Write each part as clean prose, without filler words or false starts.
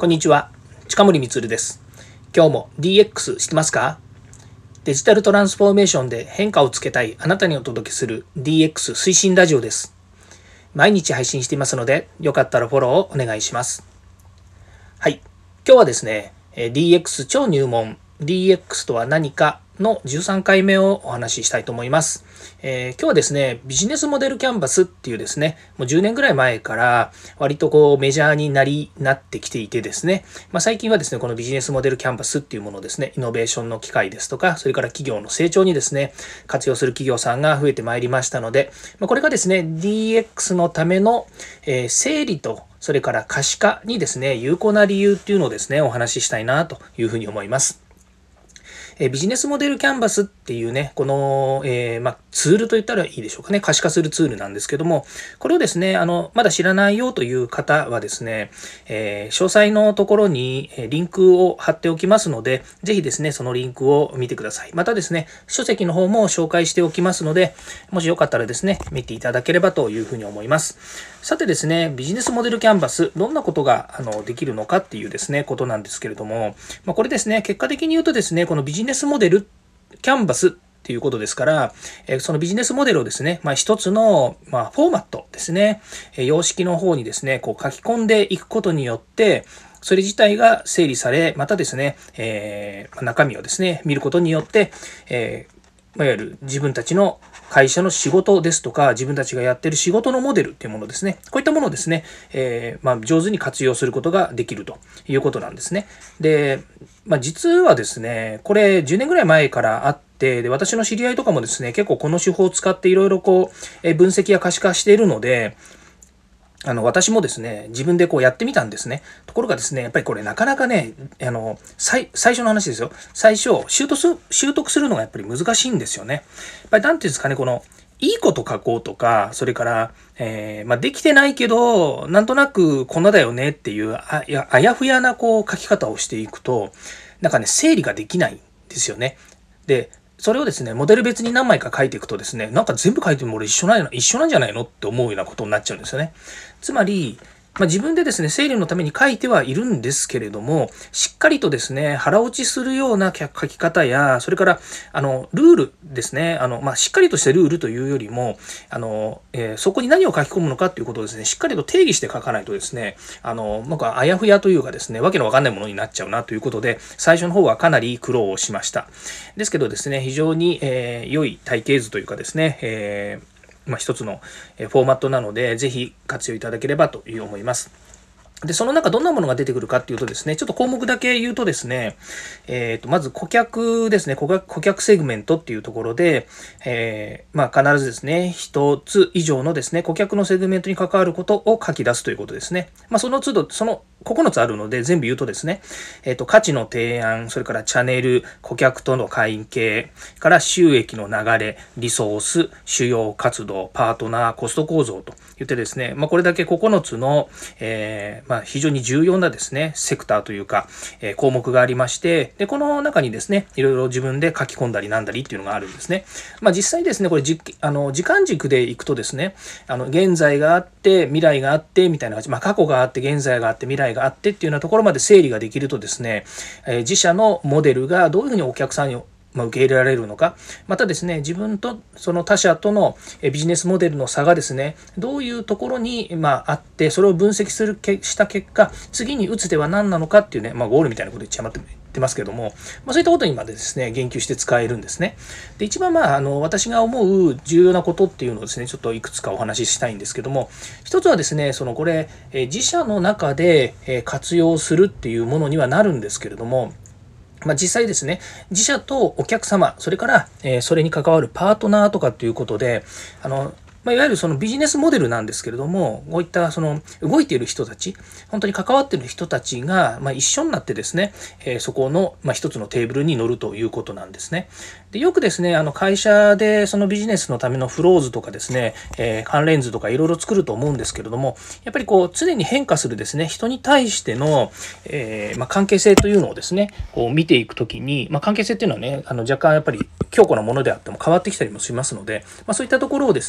こんにちは、近森光です。今日も DX 知ってますか？デジタルトランスフォーメーションで変化をつけたいあなたにお届けする DX 推進ラジオです。毎日配信していますので、よかったらフォローをお願いします。はい、今日はですね、DX 超入門 DX とは何かの13回目をお話ししたいと思います。今日はですね、ビジネスモデルキャンバスっていうですね、もう10年ぐらい前から割とメジャーになってきていてですね、最近はですね、このビジネスモデルキャンバスっていうものをですね、イノベーションの機会ですとか、それから企業の成長にですね、活用する企業さんが増えてまいりましたので、これがですね、DX のための、整理とそれから可視化にですね、有効な理由っていうのをですね、お話ししたいなというふうに思います。ビジネスモデルキャンバスっていうね、この、ツールといったらいいでしょうかね。可視化するツールなんですけども、これをですね、まだ知らないよという方はですね、詳細のところにリンクを貼っておきますので、ぜひですね、そのリンクを見てください。またですね、書籍の方も紹介しておきますので、もしよかったらですね、見ていただければというふうに思います。さてですね、ビジネスモデルキャンバス、どんなことができるのかっていうですね、ことなんですけれども、これですね、結果的に言うとですね、このビジネスモデルキャンバスっていうことですから、そのビジネスモデルをですね、一つの、フォーマットですね、様式の方にですね、書き込んでいくことによって、それ自体が整理され、またですね、中身をですね、見ることによって、いわゆる自分たちの会社の仕事ですとか、自分たちがやっている仕事のモデルっていうものですね。こういったものをですね、上手に活用することができるということなんですね。で、実はですね、これ10年ぐらい前からあって、で、私の知り合いとかもですね、結構この手法を使っていろいろ分析や可視化しているので、私もですね、自分でやってみたんですね。ところがですね、やっぱりこれなかなかね、最初の話ですよ。最初、習得するのがやっぱり難しいんですよね。やっぱりなんていうんですかね、いいこと書こうとか、それから、できてないけど、なんとなくこんなだよねっていう、あやふやな書き方をしていくと、なんかね、整理ができないんですよね。で、それをですね、モデル別に何枚か書いていくとですね、なんか全部書いても俺一緒なんじゃないのって思うようなことになっちゃうんですよね。つまり、自分でですね、整理のために書いてはいるんですけれども、しっかりとですね、腹落ちするような書き方や、それから、ルールですね、しっかりとしたルールというよりも、そこに何を書き込むのかということをですね、しっかりと定義して書かないとですね、僕はあやふやというかですね、わけのわかんないものになっちゃうなということで、最初の方はかなり苦労をしました。ですけどですね、非常に、良い体系図というかですね、一つのフォーマットなので、ぜひ活用いただければと思います。で、その中どんなものが出てくるかっていうとですね、ちょっと項目だけ言うとですね、まず顧客ですね、顧客セグメントっていうところで、必ずですね、一つ以上のですね、顧客のセグメントに関わることを書き出すということですね。その都度、その9つあるので全部言うとですね、価値の提案、それからチャンネル、顧客との関係、から収益の流れ、リソース、主要活動、パートナー、コスト構造と言ってですね、これだけ9つの、非常に重要なですね、セクターというか、項目がありまして、で、この中にですね、いろいろ自分で書き込んだりなんだりっていうのがあるんですね。実際ですね、これ時間軸でいくとですね、現在があって、未来があって、みたいな感じ、過去があって、現在があって、未来があってっていうようなところまで整理ができるとですね、自社のモデルがどういうふうにお客さんに受け入れられるのか、またですね、自分とその他社とのビジネスモデルの差がですね、どういうところにあって、それを分析した結果、次に打つ手は何なのかっていうね、ゴールみたいなこと言っちゃってますけども、そういったことにまでですね、言及して使えるんですね。で、一番私が思う重要なことっていうのをですね、ちょっといくつかお話ししたいんですけども、一つはですね、自社の中で活用するっていうものにはなるんですけれども、実際ですね、自社とお客様、それから、それに関わるパートナーとかっていうことで、いわゆるそのビジネスモデルなんですけれども、こういった動いている人たち、本当に関わっている人たちが、一緒になってですね、そこの、一つのテーブルに乗るということなんですね。で、よくですね、会社でそのビジネスのためのフロー図とかですね、関連図とかいろいろ作ると思うんですけれども、やっぱり常に変化するですね、人に対しての、関係性というのをですね、見ていくときに、関係性っていうのはね、若干やっぱり強固なものであっても変わってきたりもしますので、そういったところをですね、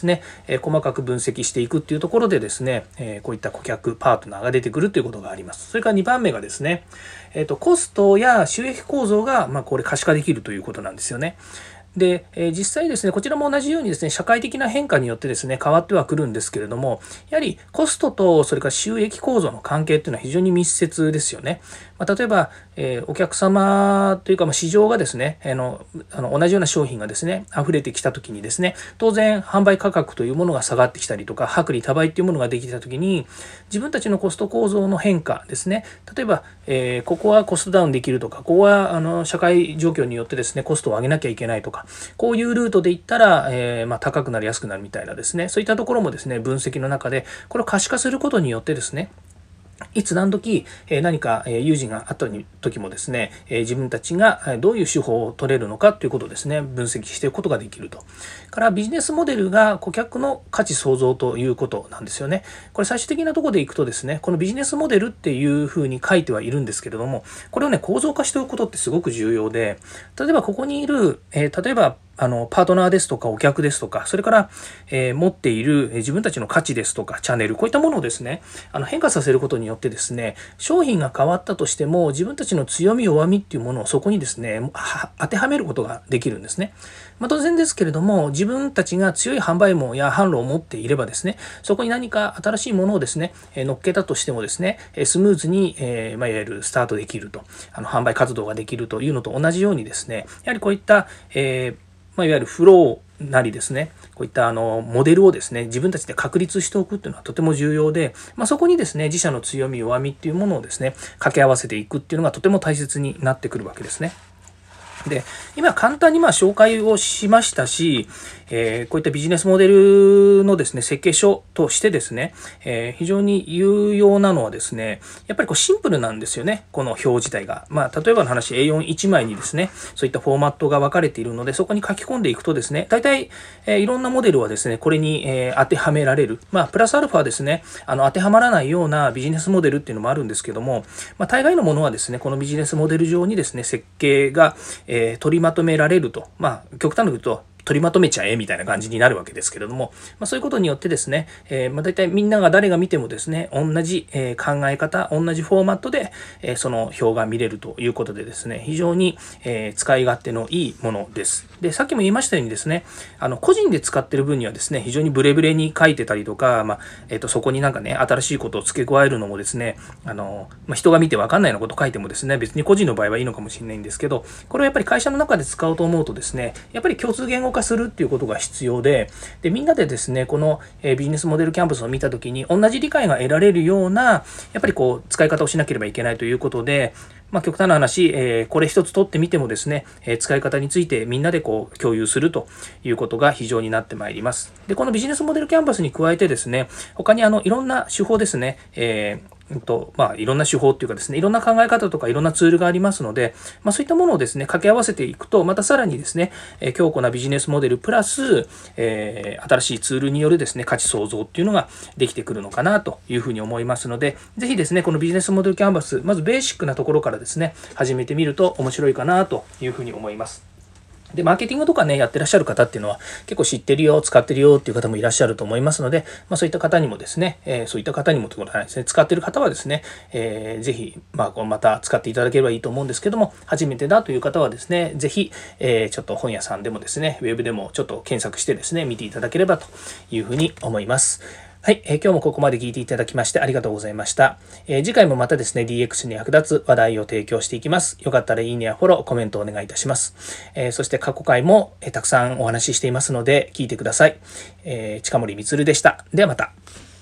細かく分析していくっていうところでですね、こういった顧客パートナーが出てくるということがあります。それから2番目がですね、コストや収益構造がこれ可視化できるということなんですよね。で、実際ですね、こちらも同じようにですね、社会的な変化によってですね、変わってはくるんですけれども、やはりコストとそれから収益構造の関係っていうのは非常に密接ですよね。例えば、お客様というか、市場がですね、同じような商品がですね、溢れてきたときにですね、当然販売価格というものが下がってきたりとか、薄利多売というものができたときに、自分たちのコスト構造の変化ですね、例えば、ここはコストダウンできるとか、ここは社会状況によってですね、コストを上げなきゃいけないとか、こういうルートでいったら、高くなり安くなるみたいなですね、そういったところもですね、分析の中で、これを可視化することによってですね、いつ何時何か有事があった時もですね、自分たちがどういう手法を取れるのかということをですね、分析していくことができると。からビジネスモデルが顧客の価値創造ということなんですよね。これ最終的なところでいくとですね、このビジネスモデルっていうふうに書いてはいるんですけれども、これをね、構造化しておくことってすごく重要で、例えばここにいる、例えばパートナーですとかお客ですとか、それから、持っている自分たちの価値ですとかチャンネル、こういったものをですね、変化させることによってですね、商品が変わったとしても自分たちの強み弱みっていうものをそこにですね、当てはめることができるんですね。当然ですけれども、自分たちが強い販売網や販路を持っていればですね、そこに何か新しいものをですね、乗っけたとしてもですね、スムーズに、いわゆるスタートできると、販売活動ができるというのと同じようにですね、やはりこういった、いわゆるフローなりですね、こういったモデルをですね、自分たちで確立しておくっていうのはとても重要で、そこにですね、自社の強み、弱みっていうものをですね、掛け合わせていくっていうのがとても大切になってくるわけですね。で、今簡単に紹介をしましたし、こういったビジネスモデルのですね、設計書としてですね、非常に有用なのはですね、やっぱりシンプルなんですよね、この表自体が。例えばの話、A41 枚にですね、そういったフォーマットが分かれているので、そこに書き込んでいくとですね、大体、いろんなモデルはですね、これに、当てはめられる。プラスアルファですね、当てはまらないようなビジネスモデルっていうのもあるんですけども、大概のものはですね、このビジネスモデル上にですね、設計が、取りまとめられると。極端に言うと、取りまとめちゃえみたいな感じになるわけですけれども、そういうことによってですね、大体みんなが誰が見てもですね、同じ、考え方、同じフォーマットで、その表が見れるということでですね、非常に、使い勝手のいいものです。で、さっきも言いましたようにですね、個人で使ってる分にはですね、非常にブレブレに書いてたりとか、そこになんかね、新しいことを付け加えるのもですね、人が見て分かんないようなことを書いてもですね、別に個人の場合はいいのかもしれないんですけど、これはやっぱり会社の中で使おうと思うとですね、やっぱり共通言語化するっていうことが必要で、みんなでですね、このビジネスモデルキャンパスを見たときに同じ理解が得られるような、やっぱり使い方をしなければいけないということで、極端な話、これ一つ取ってみてもですね、使い方についてみんなで共有するということが非常になってまいります。で、このビジネスモデルキャンパスに加えてですね、他にいろんな手法ですね、いろんな手法っていうかですね、いろんな考え方とかいろんなツールがありますので、そういったものをですね、掛け合わせていくと、またさらにですね、強固なビジネスモデルプラス、新しいツールによるですね、価値創造っていうのができてくるのかなというふうに思いますので、ぜひですね、このビジネスモデルキャンバス、まずベーシックなところからですね、始めてみると面白いかなというふうに思います。で、マーケティングとかね、やってらっしゃる方っていうのは結構知ってるよ、使ってるよっていう方もいらっしゃると思いますので、そういった方にもですね、そういった方にもということはないですね、使ってる方はですね、ぜひ、また使っていただければいいと思うんですけども、初めてだという方はですね、ぜひ、ちょっと本屋さんでもですね、ウェブでもちょっと検索してですね、見ていただければというふうに思います。はい、今日もここまで聞いていただきましてありがとうございました。次回もまたですね、DX に役立つ話題を提供していきます。よかったらいいねやフォロー、コメントをお願いいたします。そして過去回もたくさんお話ししていますので聞いてください。近森光でした。ではまた。